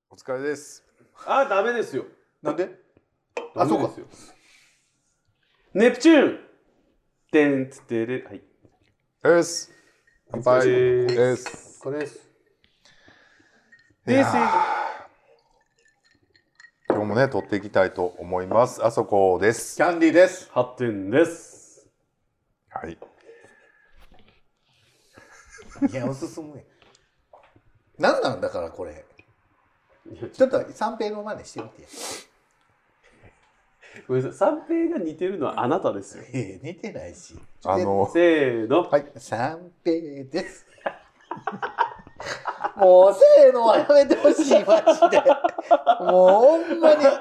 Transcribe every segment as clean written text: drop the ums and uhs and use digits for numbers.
お疲れです。 あ、ダメですよ。 なんで？ ダメですよ。ネプチューンてんつてれ、はい。 です。乾杯です。 これです。 This is 今日もね、撮っていきたいと思います。あそこです。 キャンディーです。 発展です。 はい。 いや、おすすめ。なんなんだからこれ。ちょっと三平の真似してみて。 ごめんなさい。三平が似てるのはあなたですよ。 似てないし。 せーの。 はい。 三平です。もうせーのはやめてほしい、マジで。もうほんまに。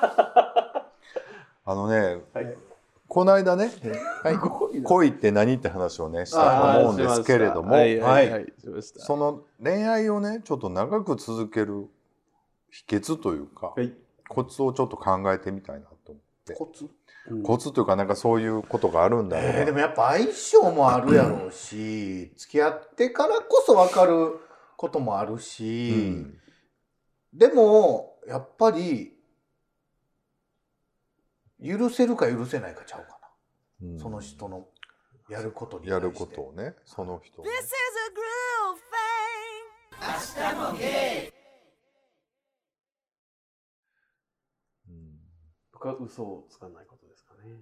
はい、この間ね、恋って何って話をね、したと思うんですけれども、その恋愛をね、ちょっと長く続ける秘訣というか、コツをちょっと考えてみたいなと思って。コツというか、なんかそういうことがあるんだろうな。 でもやっぱ相性もあるやろうし、付き合ってからこそ分かることもあるし、でもやっぱり許せるか許せないかちゃうかな、その人のやることに対して。 やることをね、その人をね。 明日もゲイ。 僕は嘘をつかないことですかね。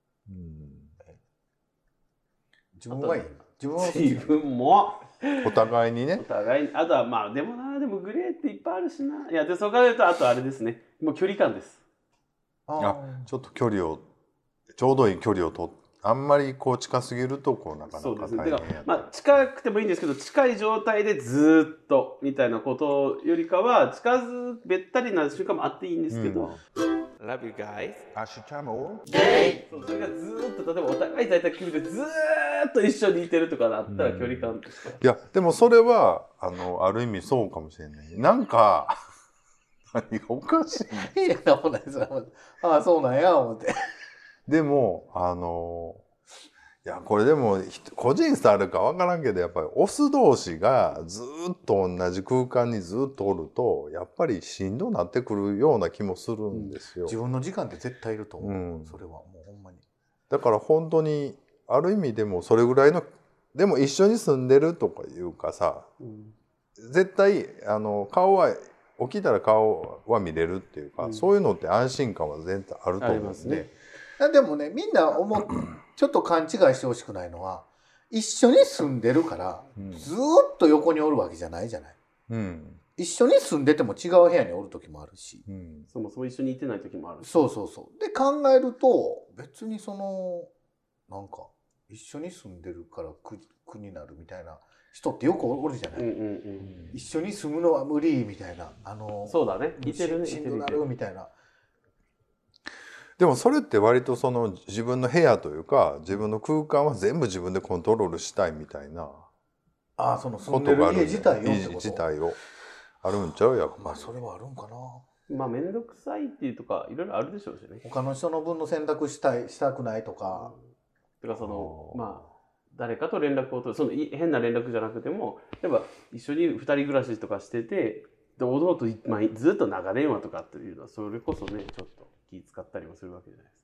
自分はいい。 自分もお互いにね。 お互いに。あとはまあでもグレーっていっぱいあるしな。いや、でそこから言うと、あとあれですね。もう距離感です。 ちょっと距離を、ちょうどいい距離をとって、あんまりこう近すぎるとこうなかなか大変や。 そうですね。まあ近くてもいいんですけど、近い状態でずっとみたいなことよりかは、べったりな瞬間もあっていいんですけど。Love you guys. ゲイ。 それがずっと、例えばお互い在宅勤務でずっと一緒にいてるとかだったら距離感としては。 いや、でもそれはある意味そうかもしれない。なんか何がおかしい。 いや、そうなんです。ああ、そうなんや思って。 でもいやこれでも個人差あるか分からんけど、やっぱりオス同士がずっと同じ空間にずっとおるとやっぱりしんどなってくるような気もするんですよ。 自分の時間って絶対いると思う、それはもうほんまに。 だから本当にある意味でもそれぐらいの、でも一緒に住んでるとかいうかさ、絶対顔は起きたら顔は見れるっていうか、そういうのって安心感は全然あると思うんで。 でもね、みんなちょっと勘違いしてほしくないのは、一緒に住んでるから、ずっと横におるわけじゃないじゃない。一緒に住んでても違う部屋におる時もあるし、 そもそも一緒にいてない時もあるし。 そうで考えると、別になんか一緒に住んでるから苦になるみたいな人ってよくおるじゃない。一緒に住むのは無理みたいな、 そうだね、いてるね、 しんどなるみたいな。 でもそれって割と自分の部屋というか自分の空間は全部自分でコントロールしたいみたいな住んでる家自体をあるんちゃうやっぱ。 まあそれはあるんかな。 まあ面倒くさいっていうとかいろいろあるでしょうしね。 他の人の分の選択したくないとか。 だからまあ誰かと連絡を取る、変な連絡じゃなくても、例えば一緒に二人暮らしとかしてて、堂々と、まあ、ずっと長電話とかっていうのはそれこそね、ちょっと気使ったりもするわけじゃない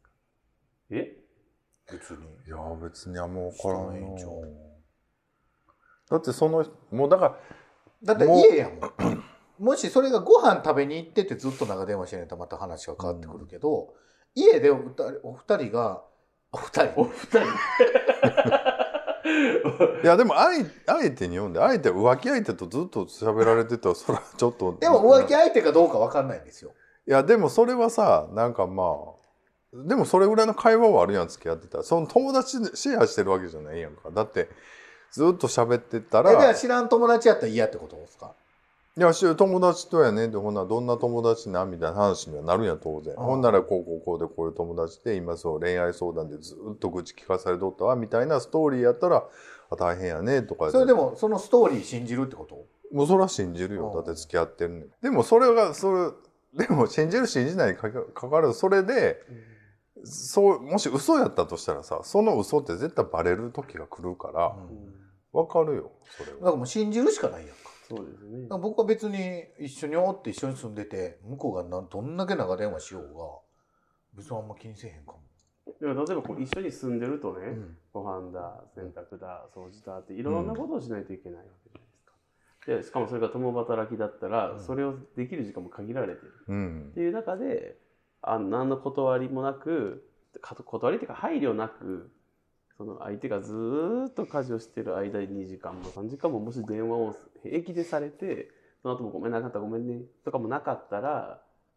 ですか。 別に。 いや別にもう分からんな。だってもうだって家やもん。もしそれがご飯食べに行っててずっと長電話してんやったらまた話が変わってくるけど、家でお二人いやでも相手に読んで、相手は浮気相手とずっと喋られてたらそれはちょっと。 でも浮気相手かどうか分かんないんですよ。 いやでもそれはさ、なんかまあでもそれぐらいの会話はあるやん、付き合ってたら。その友達でシェアしてるわけじゃないやんか。だってずっと喋ってたら。 じゃあ知らん友達やったら嫌ってことですか？ いや友達とやねんで、ほんならどんな友達なみたいな話にはなるんや当然。ほんならこうでこういう友達で今恋愛相談でずっと愚痴聞かされとったわみたいなストーリーやったら大変やねとか。 それでもそのストーリー信じるってこと？ もうそれは信じるよ。だって付き合ってるねん。でもでも信じる信じないにかかわらず、それでもし嘘やったとしたらさ、その嘘って絶対バレる時が来るから、分かるよそれは。 だからもう信じるしかないやんか。 そうですね。 僕は別に一緒におって一緒に住んでて向こうがどんだけ長電話しようが別にあんま気にせえへんかも。 例えばこう一緒に住んでるとね、ご飯だ洗濯だ掃除だっていろんなことをしないといけないわけじゃないですか。でしかもそれが共働きだったら、それをできる時間も限られてる、っていう中で何の断りもなく断りっていうか配慮なくその相手がずーっと家事をしてる間に2時間も3時間ももし電話を平気でされてその後もごめんなかったごめんねとかもなかったら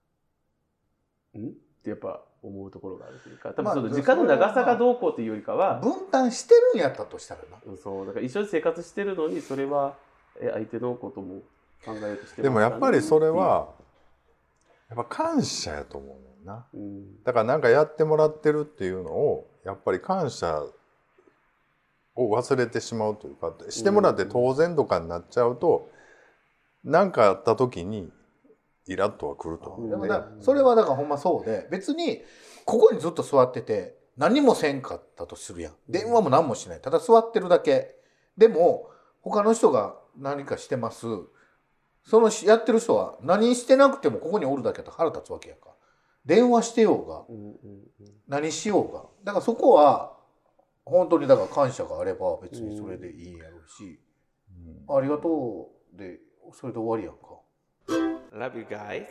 ってやっぱ思うところがあるというか多分その時間の長さがどうこうというよりかは分担してるんやったとしたらなそうだから一緒に生活してるのにそれは相手のことも考えようとしてますかね。 でもやっぱりそれはやっぱ感謝やと思うねんな、だからなんかやってもらってるっていうのをやっぱり感謝を忘れてしまうというかしてもらって当然とかになっちゃうと何かあった時にイラッとはくると思う、 でもそれはだからほんまそうで別にここにずっと座ってて何もせんかったとするやん電話も何もしないただ座ってるだけでも他の人が何かしてますそのやってる人は何してなくてもここにおるだけだと腹立つわけやんか電話してようが何しようがだからそこは本当にだから感謝があれば別にそれでいいんやろうしありがとうでそれで終わりやんか。 Love you guys.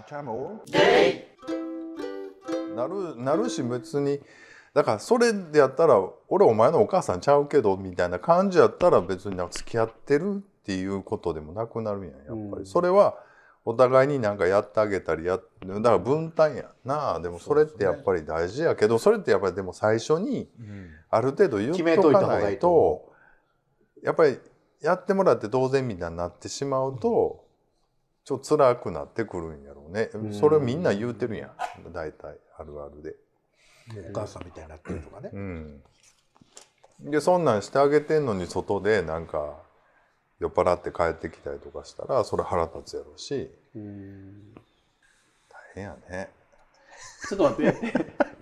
なるし別にだからそれでやったら俺お前のお母さんちゃうけどみたいな感じやったら別になんか付き合ってるっていうことでもなくなるんややっぱり、それはお互いになんかやってあげたりだから分担やな。でもそれってやっぱり大事やけどそれってやっぱりでも最初にある程度言っとかないとやっぱりやってもらって当然みたいになってしまうとちょっと辛くなってくるんやろうね。それみんな言うてるんや大体あるあるで。 お母さんみたいになってるとかね。 でそんなんしてあげてんのに外でなんか酔っ払って帰ってきたりとかしたらそれ腹立つやろうし大変やね。 ちょっと待って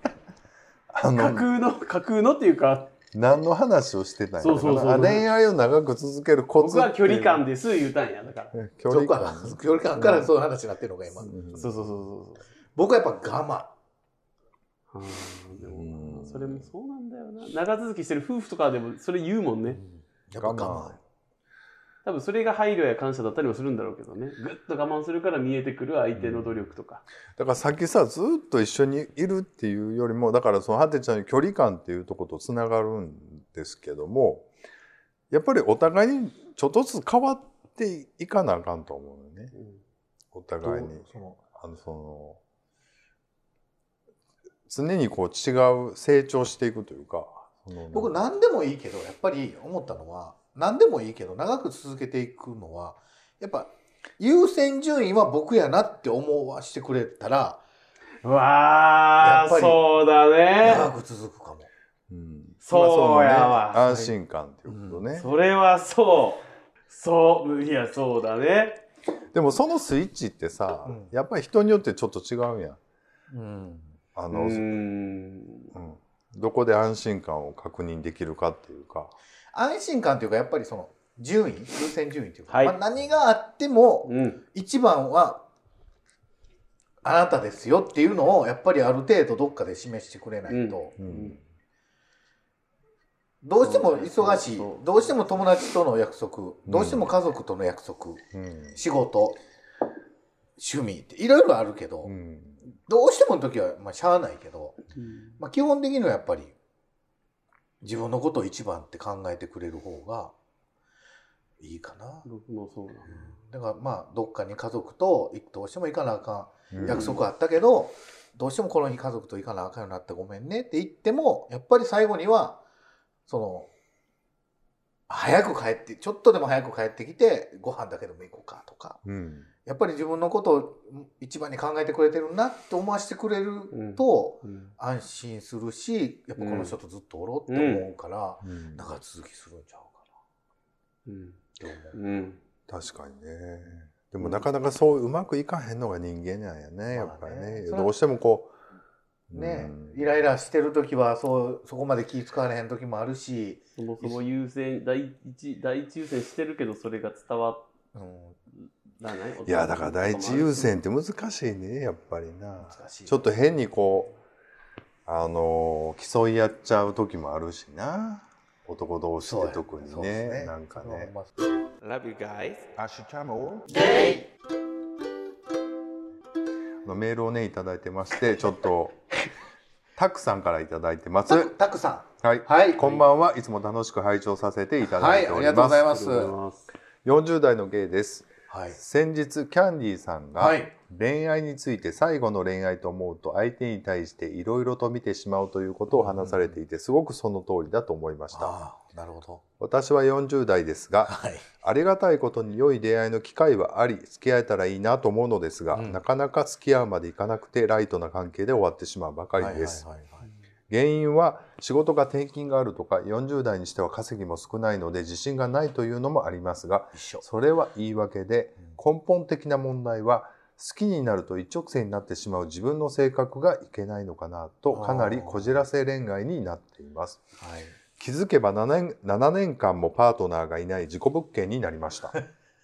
架空のっていうか何の話をしてたんやろ恋愛を長く続けるコツ僕は距離感です言うたんやだから距離感からそういう話になってるのが今、 そう僕はやっぱ我慢でもそれもそうなんだよな。長続きしてる夫婦とかでもそれ言うもんね、 やっぱ我慢多分それが配慮や感謝だったりもするんだろうけどね。ぐっと我慢するから見えてくる相手の努力とか、 だからさっきさずっと一緒にいるっていうよりもだからそのハテちゃんの距離感っていうところとつながるんですけどもやっぱりお互いにちょっとずつ変わっていかなあかんと思うよね、お互いに常にこう違う成長していくというか僕何でもいいけどやっぱり思ったのは何でもいいけど長く続けていくのはやっぱ優先順位は僕やなって思わせてくれたらわーそうだね長く続くかも、 そうやわ、 安心感っていうことね、 それはそういやそうだね。 でもそのスイッチってさ、やっぱり人によってちょっと違うやん、どこで安心感を確認できるかっていうか安心感というかやっぱりその優先順位というか、何があっても一番はあなたですよっていうのをやっぱりある程度どっかで示してくれないと、どうしても忙しいどうしても友達との約束どうしても家族との約束、仕事趣味っていろいろあるけど、どうしてもの時はしゃあないけど、基本的にはやっぱり自分のことを一番って考えてくれる方がいいかな。 僕もそうだからどっかに家族とどうしても行かなあかん約束あったけど、どうしてもこの日家族と行かなあかんようになってごめんねって言ってもやっぱり最後には早く帰ってちょっとでも早く帰ってきてご飯だけでも行こうかとか、やっぱり自分のことを一番に考えてくれてるなって思わせてくれると安心するしやっぱこの人とずっとおろうって思うから長続きするんちゃうかな、 確かにね。でもなかなかそううまくいかへんのが人間なんやねやっぱりね。どうしてもこうイライラしてる時はそこまで気使われへん時もあるしそもそも第一優先してるけどそれが伝わっいやだから第一優先って難しいねやっぱりな。ちょっと変にこう競い合っちゃう時もあるしな、男同士って特にね。なんかね。 Love you guys。 メールをねいただいてまして、ちょっとタクさんからいただいてます。 タクさん、はい、はい、こんばんは。いつも楽しく拝聴させていただいております。 はい、ありがとうございます。 40代のゲイです。はい、先日キャンディーさんが恋愛について最後の恋愛と思うと相手に対していろいろと見てしまうということを話されていて、すごくその通りだと思いました。 ああ、なるほど。 私は40代ですが、はい、ありがたいことに良い出会いの機会はあり付き合えたらいいなと思うのですが、なかなか付き合うまでいかなくてライトな関係で終わってしまうばかりです。原因は仕事が転勤があるとか、40代にしては稼ぎも少ないので自信がないというのもありますが、それは言い訳で、根本的な問題は好きになると一直線になってしまう自分の性格がいけないのかなと、かなりこじらせ恋愛になっています。はい、気づけば7年間もパートナーがいない事故物件になりました。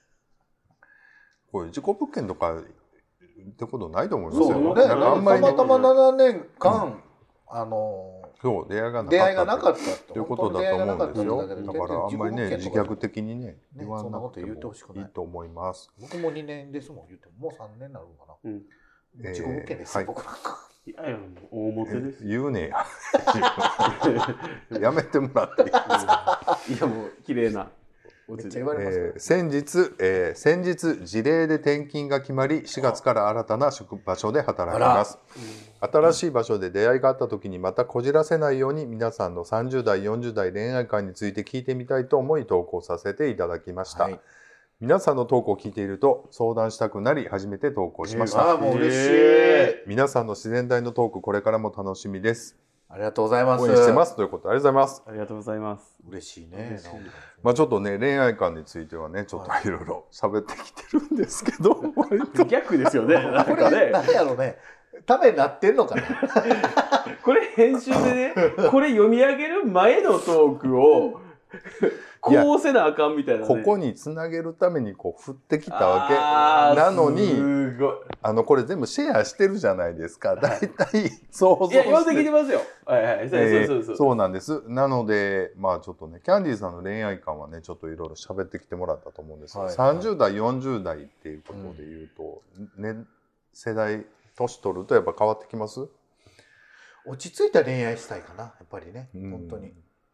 これ事故物件とかってことないと思いますよ。 そうね、なんかあんまり、たまたま7年間、 そう出会いがなかったということだと思うんですよ。だからあんまりね自虐的にね言わなくてもいいと思います。 僕も2年ですもん。言ってももう3年になるのかな。自己物件ですよ、僕なんか。 いやいや、大表です。 言うねや。やめてもらっていいですか。 いやもう綺麗な。 先日事例で転勤が決まり、4月から新たな場所で働きます。新しい場所で出会いがあった時にまたこじらせないように、皆さんの30代40代恋愛観について聞いてみたいと思い投稿させていただきました。はい、皆さんの投稿を聞いていると相談したくなり初めて投稿しました。 もう嬉しい。 皆さんの自然体のトーク、これからも楽しみです。 ありがとうございます。 応援してますということで、ありがとうございます。 ありがとうございます。 嬉しいね。 まあちょっとね、恋愛観についてはね、ちょっといろいろ喋ってきてるんですけど、 逆ですよね。なんかね。 何やろうね。ためになってんのかな。 これ編集でね、これ読み上げる前のトークをこうせなあかんみたいな、ね、 ここにつなげるためにこう振ってきたわけなのに、これ全部シェアしてるじゃないですか。だいたい想像して。いや、 読んできてますよ。はいはい。 そうなんです。なので、まあちょっとね、キャンディーさんの恋愛観はね、ちょっといろいろ喋ってきてもらったと思うんですけど、はいはい、30代、40代っていうことで言うと、ね、世代、年取るとやっぱ変わってきます？ 落ち着いた恋愛したいかな、やっぱりね、本当に。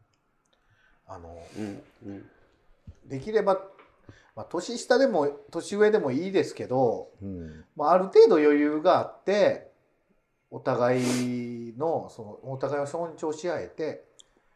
できれば、まあ、年下でも年上でもいいですけど、まあ、ある程度余裕があってお互いを尊重し合えて、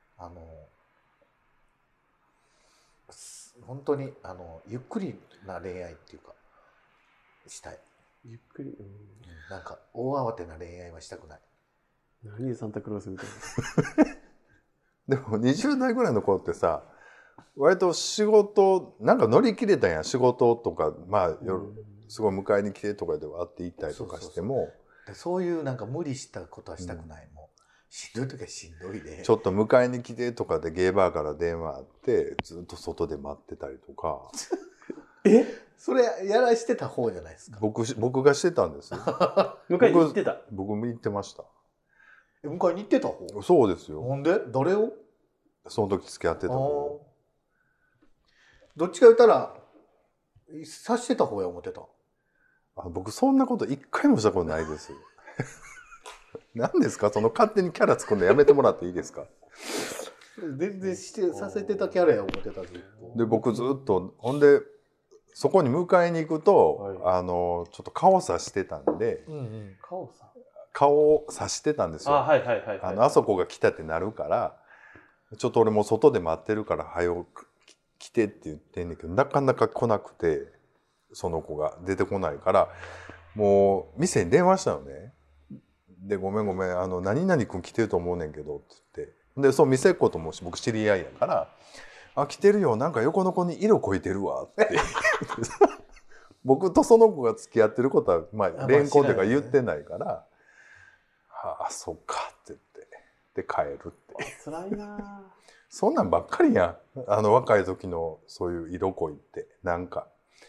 本当にゆっくりな恋愛っていうかしたい。 ゆっくり、 なんか大慌てな恋愛はしたくない。 何サンタクロースみたいな。でも20代ぐらいの頃ってさ、割と仕事なんか乗り切れたんや。仕事とか、まあ夜すごい迎えに来てとかでは会って行ったりとかしても、 そういうなんか無理したことはしたくない。もうしんどい時はしんどいで、 ちょっと迎えに来てとかでゲーバーから電話あってずっと外で待ってたりとか。 それやらしてた方じゃないですか。 僕がしてたんです。 迎えに行ってた。 僕も行ってました。 迎えに行ってた方？ そうですよ。 なんで？誰を？ その時付き合ってた方。 どっちか言ったら察してた方や思ってた。 僕そんなこと一回もしたことないです。何ですか、その勝手にキャラ作るのやめてもらっていいですか。 全然させてたキャラや思ってた。ずっとで僕ずっとほんでそこに迎えに行くと、はい、ちょっと顔さしてたんで、顔をさしてたんですよ。あそこが来たってなるから、ちょっと俺も外で待ってるから早く来てって言ってんだけど、なかなか来なくて、その子が出てこないから、もう店に電話したのね。で、ごめん何々君来てると思うねんけどって言って、でそう店っ子とも僕知り合いやから、来てるよ、なんか横の子に色こいてるわって僕とその子が付き合ってることはまあ連行というか言ってないから、そっかって言ってで帰るって。 辛いな。 そんなんばっかりやん、若い時のそういう色恋って。なんか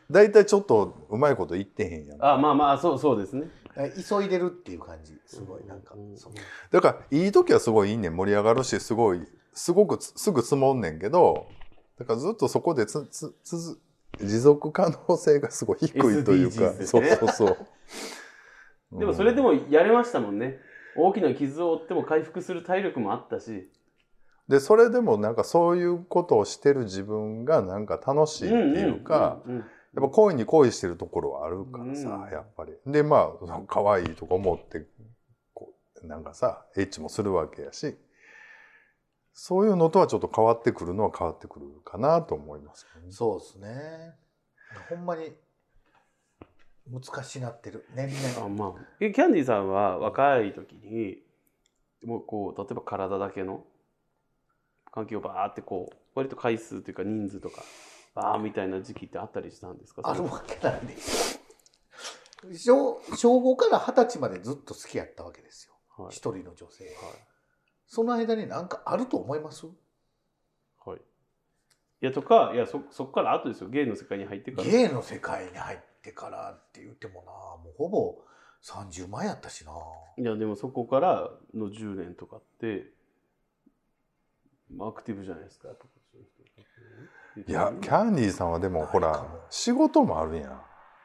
だいたいちょっとうまいこと言ってへんやん。 あ、まあまあそうですね。 急いでるっていう感じすごいなんか、 だからいい時はすごいいいねん、盛り上がるしすごくすぐ積もんねんけど、だからずっとそこで持続可能性がすごい低いというか、 SDGs ですそうねそうそう。 でもそれでもやれましたもんね。大きな傷を負っても回復する体力もあったし。 でそれでもなんかそういうことをしてる自分がなんか楽しいっていうか、やっぱ恋に恋してるところはあるからさ、やっぱり。でまあ可愛いとか思ってこうなんかさエッチもするわけやし、そういうのとはちょっと変わってくるのは変わってくるかなと思いますよね。 そうですね。ほんまに難しなってる年々。 まあ、キャンディーさんは若い時にもうこう例えば体だけの環境をバーってこう割と回数というか人数とかバーみたいな時期ってあったりしたんですか？ あるわけないですよ。小5から20歳までずっと好きやったわけですよ。はい、一人の女性、はい、その間に何かあると思います？ はい。いやとか、いやそこから後ですよ。ゲイの世界に入ってから。 ゲイの世界に入ってからって言ってもな、もうほぼ30前やったしな。 いやでもそこからの10年とかってアクティブじゃないですか。 いやキャンディーさんはでもほら仕事もあるやん。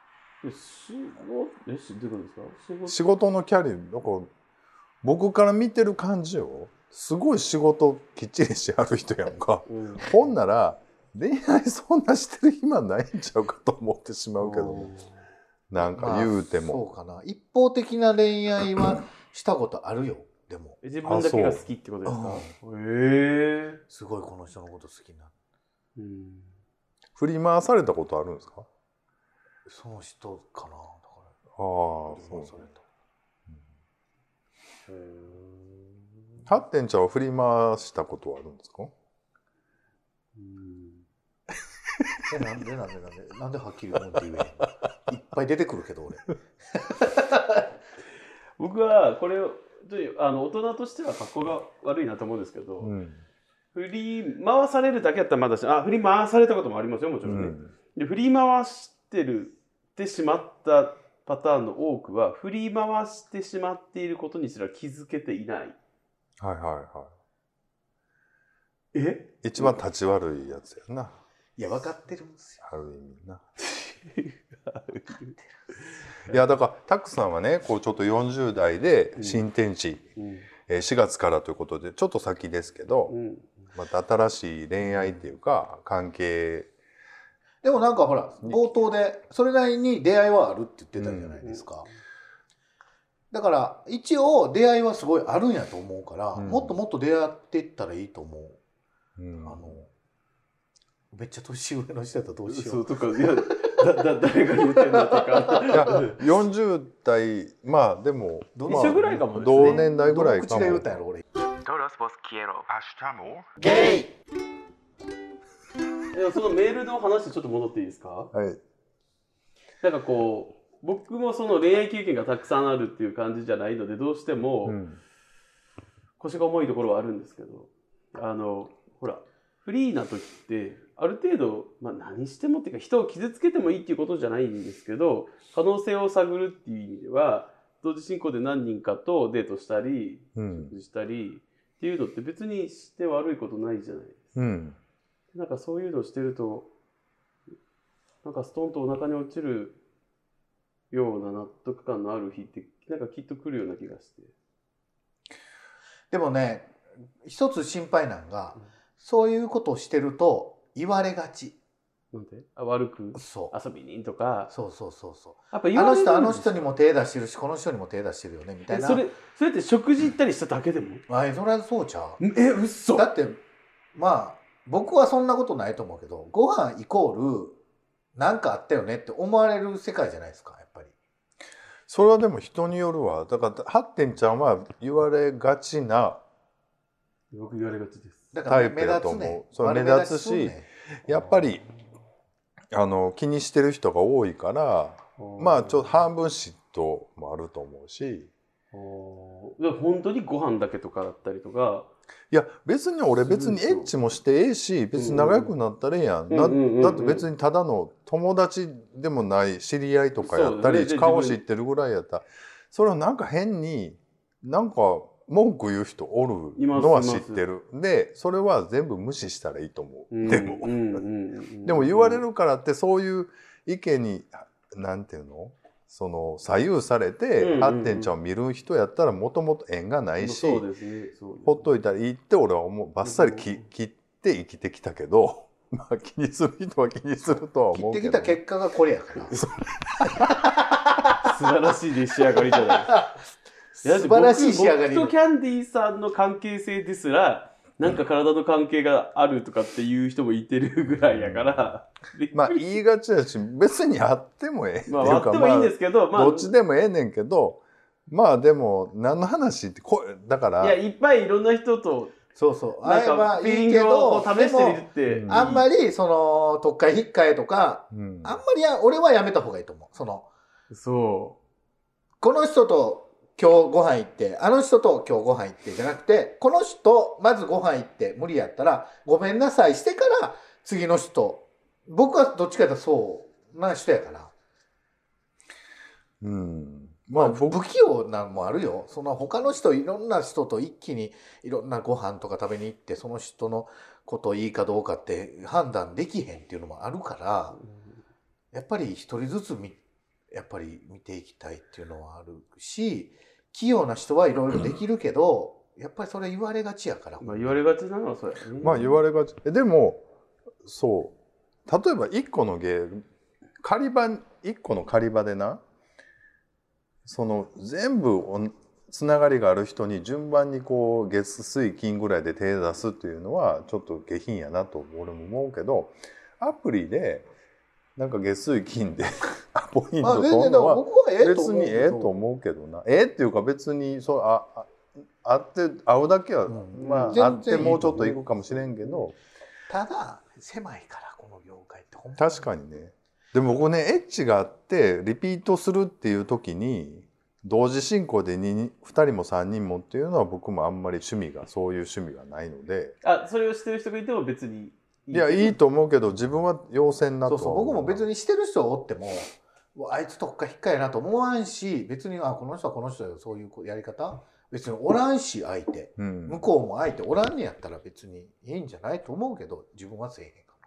仕事のキャリアなんか僕から見てる感じよ、すごい仕事きっちりしてある人やんか、ほんなら恋愛そんなしてる暇ないんちゃうかと思ってしまうけど、なんか言うても、 そうかな。一方的な恋愛はしたことあるよ。でも自分だけが好きってことですか？ すごいこの人のこと好きな。 振り回されたことあるんですか？ その人かな。だからそうそれと。ハッテンちゃんは振り回したことはあるんですか？ なんではっきり言って言えへんの？いっぱい出てくるけど俺。 僕はこれを大人としては格好が悪いなと思うんですけど、振り回されるだけやったらまだし、振り回されたこともありますよ、もちろんね。で振り回してしまったパターンの多くは振り回してしまっていることにすら気づけていない。 はいはいはい。一番立ち悪いやつやな。 いや分かってるんですよ。 ある意味な。いやだからタックさんはねこうちょっと40代で新天地、4月からということでちょっと先ですけど、また新しい恋愛っていうか関係でもなんかほら冒頭でそれなりに出会いはあるって言ってたじゃないですか、だから一応出会いはすごいあるんやと思うから、もっともっと出会っていったらいいと思う、めっちゃ年上の人だったらどうしようとか、いや誰が言ってんだとかいや40代まあでも一緒ぐらいかもね、 同年代ぐらいかも。 口で言うたんやろ俺。 ゲイ。そのメールの話ちょっと戻っていいですか？ はい。 なんかこう僕もその恋愛経験がたくさんあるっていう感じじゃないのでどうしても腰が重いところはあるんですけど、ほらフリーな時ってある程度、何してもっていうか人を傷つけてもいいっていうことじゃないんですけど、可能性を探るっていう意味では同時進行で何人かとデートしたり、食事したりっていうのって別にして悪いことないじゃないですか。なんかそういうのをしてるとなんかストンとお腹に落ちるような納得感のある日ってなんかきっと来るような気がして。 でもね一つ心配なのが、そういうことをしてると言われがち。 なんで？悪く遊びにとか。 そう。 やっぱ言われるあの人にも手出してるしこの人にも手出してるよねみたいな。 それって食事行ったりしただけでも？ それはそうちゃう。 嘘。 だって僕はそんなことないと思うけど、ご飯イコールなんかあったよねって思われる世界じゃないですかやっぱり。 それはでも人によるわ。だからハッテンちゃんは言われがちな。 僕言われがちです。 だから目立つね。 それ目立つし、やっぱり気にしてる人が多いから、ちょっと半分嫉妬もあると思うし。 本当にご飯だけとかだったりとか。 いや別に俺別にエッチもしてええし別に仲良くなったらええやん。だって別にただの友達でもない知り合いとかやったり顔知ってるぐらいやったらそれはなんか変になんか文句言う人おるのは知ってる。でそれは全部無視したらいいと思う。でも言われるからってそういう意見になんていうのその左右されて発展ちゃんを見る人やったらもともと縁がないし、ほっといたらいいって俺は思う。バッサリ切って生きてきたけど、まあ気にする人は気にするとは思うけど、 切ってきた結果がこれやから素晴らしい出来上がりじゃない素晴らしい仕上がり。 僕とキャンディーさんの関係性ですらなんか体の関係があるとかっていう人もいてるぐらいやから、 まあ言いがちだし別にあってもええっていうか、 あってもいいんですけど、 どっちでもええねんけど、まあでも何の話ってだからいやいっぱいいろんな人とそうなんかフィーリングを試してみるって、 あんまりその特会引っかえとか、あんまり俺はやめた方がいいと思う。この人と今日ご飯行ってあの人と今日ご飯行ってじゃなくて、この人まずご飯行って無理やったらごめんなさいしてから次の人。僕はどっちかというとそうな人やから。まあ不器用なのもあるよ。その他の人いろんな人と一気にいろんなご飯とか食べに行ってその人のこといいかどうかって判断できへんっていうのもあるから、やっぱり一人ずつやっぱり見ていきたいっていうのはあるし、器用な人はいろいろできるけど、やっぱりそれ言われがちやから。 まあ言われがちなのはそうやね。 まあ言われがち。でもそう例えば一個の一個の狩り場でな、その全部つながりがある人に順番にこう月水金ぐらいで手出すっていうのはちょっと下品やなと俺も思うけど、アプリでなんか月水金でポイント取るのは別にええと思うけどな。ええっていうか別に会うだけは、まあ会ってもうちょっと行くかもしれんけど、 ただ狭いからこの業界ってほんまに。 確かにね。でも僕ねエッチがあってリピートするっていう時に同時進行で2人も3人もっていうのは僕もあんまりそういう趣味がないので。 それをしてる人がいても別にいやいいと思うけど自分は要請なと。 僕も別にしてる人がおってもあいつとか引っかやなと思わんし、別にこの人はこの人よそういうやり方別におらんし相手、向こうも相手おらんねやったら別にいいんじゃないと思うけど、自分はせえへんか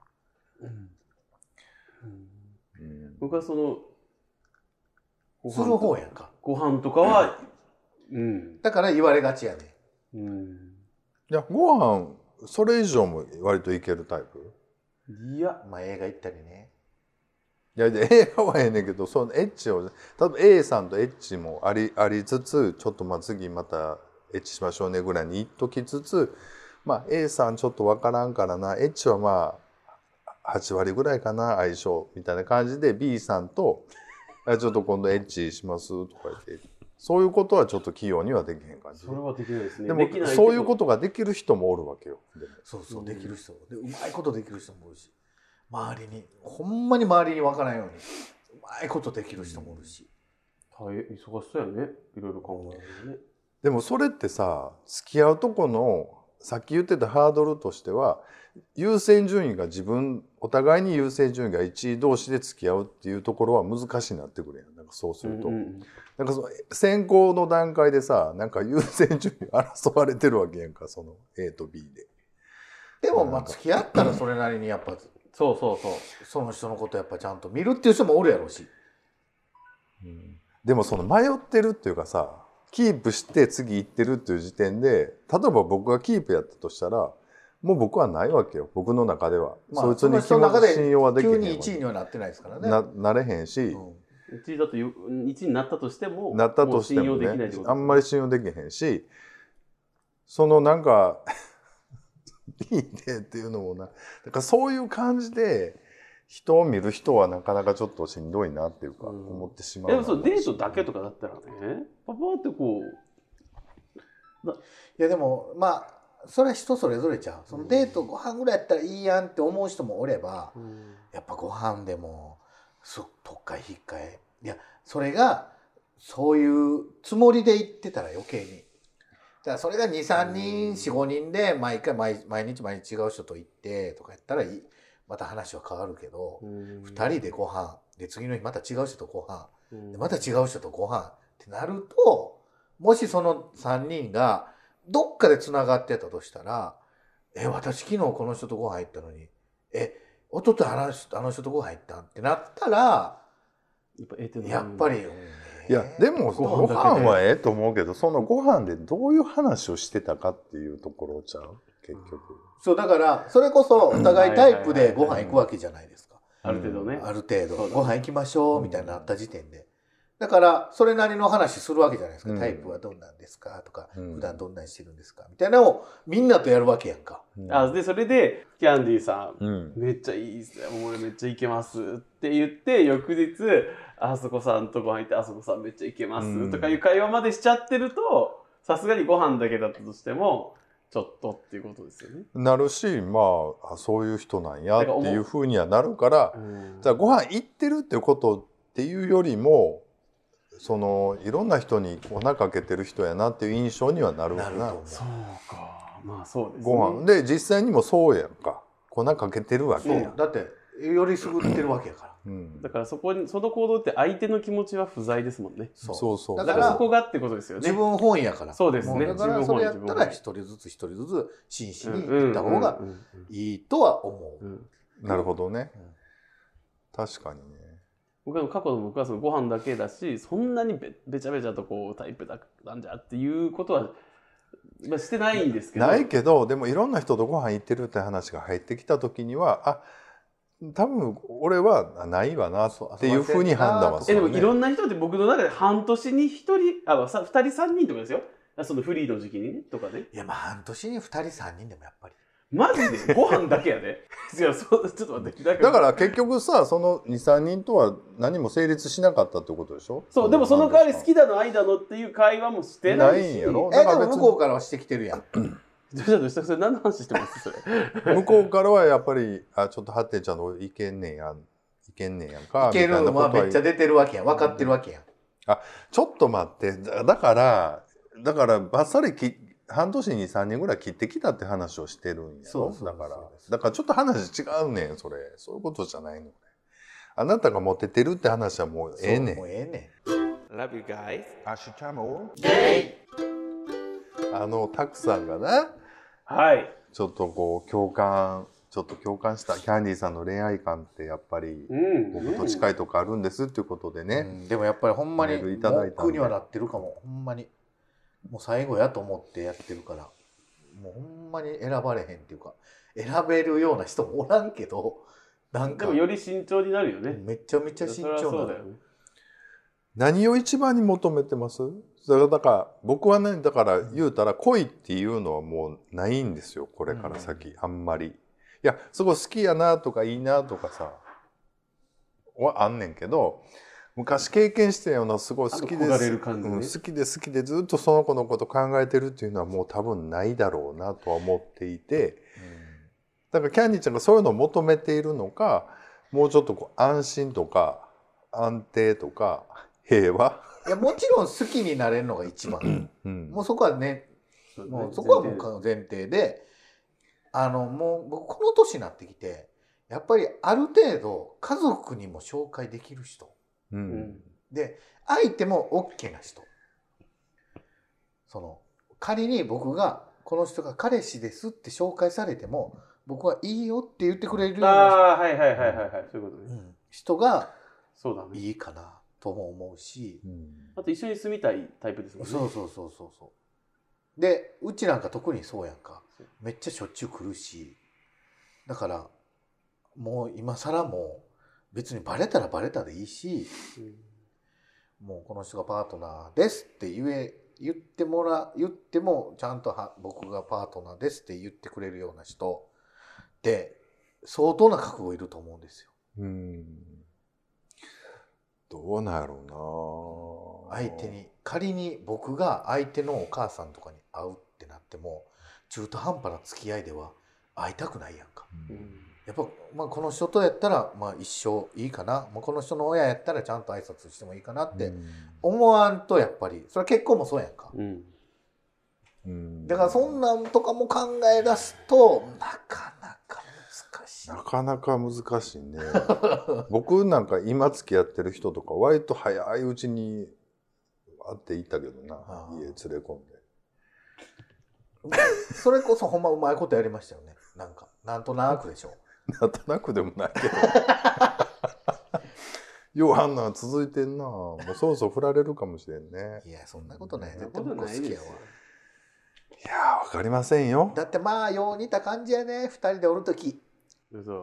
な。僕はそのする方やんか。 ご飯とかは、 だから言われがちやね。 いやご飯それ以上も割といけるタイプ。 いやまあ映画行ったりね。 いや映画はええねんけど、そのエッチを例えば A さんとエッチもありつつ、ちょっと次またエッチしましょうねぐらいに言っときつつ、まあ A さんちょっとわからんからな、エッチはまあ8割ぐらいかな相性みたいな感じで B さんとちょっと今度エッチしますとか言って、そういうことはちょっと器用にはできへん感じ。 それはできないですね。 でもそういうことができる人もおるわけよ。 そうできる人でうまいことできる人もおるし、周りにほんまに周りに分からんようにうまいことできる人もおるし、 忙しそうやね、いろいろ考えるね。 でもそれってさ、付き合うとこのさっき言ってたハードルとしては優先順位がお互いに優先順位が1位同士で付き合うっていうところは難しいなってくるやん。なんかそうすると、なんかその選考の段階でさ、なんか優先順位争われてるわけやんか、その A と B で。 でもまあ付き合ったらそれなりにやっぱその人のことやっぱちゃんと見るっていう人もおるやろうし、 でもその迷ってるっていうかさ、キープして次行ってるっていう時点で、例えば僕がキープやったとしたらもう僕はないわけよ、僕の中では。そいつに信用はできへんわけ。 急に1位にはなってないですからね。 なれへんし、 1位だと1位になったとしても信用できないってこと、あんまり信用できへんし、そのなんかいいねっていうのもだからそういう感じで人を見る人はなかなかちょっとしんどいなっていうか思ってしまう。 でもそうデートだけとかだったらね、パパってこう。 いやでもまあそれは人それぞれちゃう。そのデートご飯ぐらいやったらいいやんって思う人もおれば、やっぱご飯でも特会引っかえ、いやそれがそういうつもりで言ってたら余計にだからそれが23人45人で毎日違う人と行ってとかやったらまた話は変わるけど、2人でご飯で次の日また違う人とご飯でまた違う人とご飯ってなると、もしその3人がどっかでつながってたとしたら、私昨日この人とご飯行ったのに一昨日あの人とご飯行ったんってなったらやっぱり、 いやでもご飯はええと思うけど、そのご飯でどういう話をしてたかっていうところちゃう結局。 そうだからそれこそお互いタイプでご飯行くわけじゃないですか。 ある程度ね。 ある程度ご飯行きましょうみたいになった時点で。だからそれなりの話するわけじゃないですか。タイプはどんなんですかとか、普段どんなにしてるんですかみたいなのをみんなとやるわけやんか。 でそれでキャンディーさん、めっちゃいいっすね、俺めっちゃいけますって言って、翌日あそこさんとご飯行って、あそこさんめっちゃいけますとかいう会話までしちゃってると、さすがにご飯だけだったとしてもちょっとっていうことですよね。 なるし、そういう人なんやっていうふうにはなるから、じゃあご飯行ってるっていうことっていうよりも、いろんな人に粉かけてる人やなっていう印象にはなるかな。 そうか、そうですね。 ご飯で実際にもそうやんか、粉かけてるわけやん。 だってよりすぐってるわけやから。 だからその行動って相手の気持ちは不在ですもんね。 そうだからそこがってことですよね。 自分本位やから。 そうですね。 だからそれやったら一人ずつ真摯に言った方がいいとは思う。 なるほどね。確かにね。 過去の僕はそのご飯だけだし、そんなにべちゃべちゃとタイプなんじゃっていうことはしてないんですけど。 ないけど、でもいろんな人とご飯行ってるって話が入ってきた時には、多分俺はないわなっていうふうに判断はする、ね。 でもいろんな人って僕の中で半年に1人、2人3人とかですよ。そのフリーの時期にねとかね。 いや半年に2人3人でもやっぱり。 マジでご飯だけやで。いやちょっと待って。 だから結局さ、その 2,3 人とは何も成立しなかったってことでしょ。 そう、でもその代わり好きだの愛だのっていう会話もしてないし。 ないんやろ。 でも向こうからはしてきてるやん。 それ何の話してますそれ。 向こうからはやっぱりちょっとハッテンちゃんのいけんねんやんか。 いけるのはめっちゃ出てるわけやん。分かってるわけやん。 ちょっと待って。だからバッサリ半年に3人ぐらい切ってきたって話をしてるんやろ。だからちょっと話違うねん、それ。そういうことじゃないのね。あなたがモテてるって話はもうええねん。 もうええねん。Love you guys. タクさんがな、 はい。 ちょっと共感したキャンディーさんの恋愛観ってやっぱり僕と近いとこあるんですっていうことでね。 でもやっぱりほんまに僕にはなってるかも。ほんまに。もう最後やと思ってやってるから、もうほんまに選ばれへんっていうか、選べるような人もおらんけど、なんかでもより慎重になるよね。 めちゃめちゃ慎重なる。 何を一番に求めてます？だから僕はね、だから言うたら恋っていうのはもうないんですよ、これから先。あんまり。いやすごい好きやなとかいいなとかさはあんねんけど、昔経験したようなすごい好きです、好きでずっとその子のこと考えてるっていうのはもう多分ないだろうなとは思っていて、だからキャンディーちゃんがそういうのを求めているのか、もうちょっと安心とか安定とか平和。 いやもちろん好きになれるのが一番、もうそこはね、もうそこはもう前提で、もう僕この年になってきてやっぱりある程度家族にも紹介できる人、で相手も OK な人、仮に僕がこの人が彼氏ですって紹介されても僕はいいよって言ってくれるような人がいいかなとも思うし、 あと一緒に住みたいタイプですもんね。 そうでうちなんか特にそうやんか。めっちゃしょっちゅう来るし、だからもう今更もう別にバレたらバレたでいいし、もうこの人がパートナーですって言ってもちゃんと僕がパートナーですって言ってくれるような人って相当な覚悟いると思うんですよ。 どうなんやろうな。 相手に仮に僕が相手のお母さんとかに会うってなっても中途半端な付き合いでは会いたくないやんか。やっぱ、この人とやったら、一生いいかな、この人の親やったらちゃんと挨拶してもいいかなって思わんと、やっぱりそれは結婚もそうやんか、 だからそんなんとかも考え出すとなかなか難しい。 なかなか難しいね。僕なんか今付き合ってる人とか割と早いうちに会っていったけどな、家連れ込んで。 それこそほんまうまいことやりましたよね。なんとなくでしょ。 なんとなくでもないけど。ようあんなん続いてんな。もうそろそろ振られるかもしれんね。 いやそんなことない。絶対僕好きやわ。 いやーわかりませんよ。 だってまあよう似た感じやね、2人でおるとき。 そう。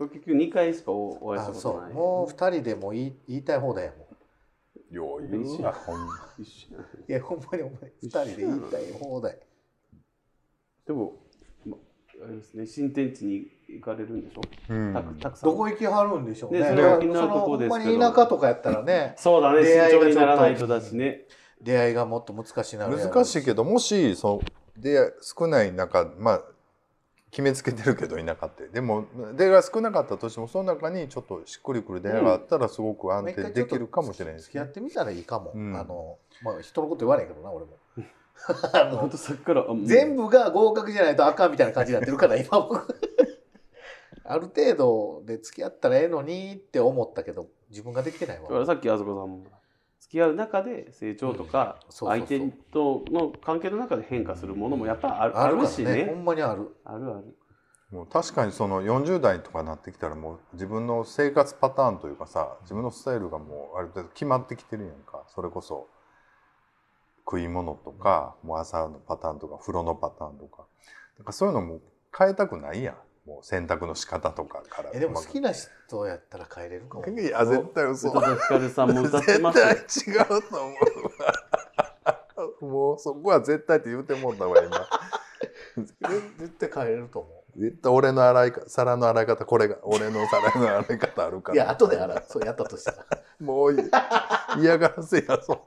結局2回しかお会いしたことない。 もう2人でも言いたい放題やもん。 よう言うわ。 いやほんまに2人で言いたい放題。 でもあれですね、新天地に行かれるんでしょ。たくさん。 どこ行きはるんでしょうね。 それは気になるところですけど。 ほんまに田舎とかやったらね。 そうだね。慎重にならないとだしね。 出会いがもっと難しいな。 難しいけど、もし出会い少ない中、まあ決めつけてるけど田舎って、でも出会いが少なかったとしてもその中にちょっとしっくりくる出会いがあったらすごく安定できるかもしれないですね。 付き合ってみたらいいかも。まあ人のこと言わないけどな俺も。 本当さっきから全部が合格じゃないとあかんみたいな感じになってるから今僕ある程度で付き合ったらええのにって思ったけど自分ができてないわ。 さっきあそこさんも付き合う中で成長とか相手との関係の中で変化するものもやっぱあるしね。 ほんまにある。 あるある。 もう確かにその40代とかになってきたらもう自分の生活パターンというかさ、自分のスタイルがもうある程度決まってきてるやんか。それこそ食い物とか、もう朝のパターンとか風呂のパターンとか、なんかそういうのも変えたくないやん。もう洗濯の仕方とかから。 でも好きな人やったら変えれるかも。 いや絶対嘘。 宇多田ヒカルさんも歌ってますよ。 絶対違うと思う。もうそこは絶対って言うてもうたわ今。 絶対変えれると思う。 絶対俺の皿の洗い方、これが俺の皿の洗い方あるから。 いや後で洗う。そうやったとしたら。 もう嫌がらせやそう。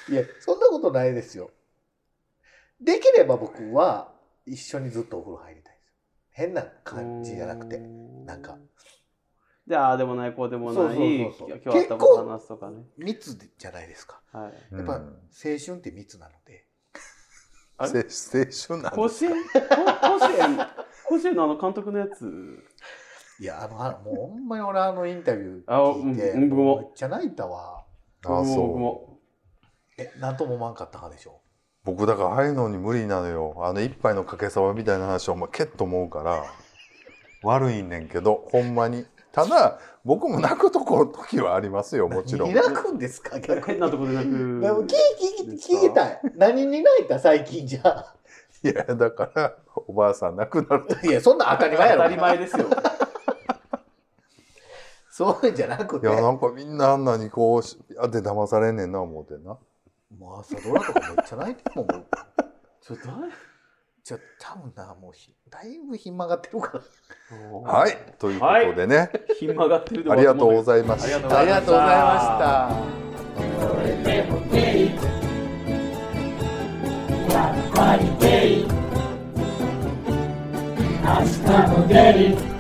いやそんなことないですよ。できれば僕は一緒にずっとお風呂入りたいです。変な感じじゃなくてなんか。 でああでもないこうでもない今日あったこと話すとかね。 密じゃないですか。 はい。 やっぱ青春って密なので。 青春なの。 甲子園の監督のやつ。 いやもうほんまに俺インタビュー聞いてめっちゃ泣いたわ。 僕も。 なんとも思わんかったかでしょ。 僕だからああいうのに無理なのよ。一杯のかけそばみたいな話をケッと思うから悪いねんけどほんまに。ただ僕も泣く時はありますよもちろん。 泣くんですか逆に。 変なところで泣く。 聞きたい。何に泣いた最近じゃ。 いやだからおばあさん亡くなると。 いやそんな当たり前やろ。 当たり前ですよ。 そういうんじゃなくて。 いやなんかみんなあんなにこうやって騙されんねんな思ってんな。 もう朝ドラとかめっちゃ泣いてるもん。多分なもうだいぶひん曲がってるから。 はいということでね。 ひん曲がってる。 ありがとうございました。 ありがとうございました。 それでもゲイやっぱりゲイ明日もゲイ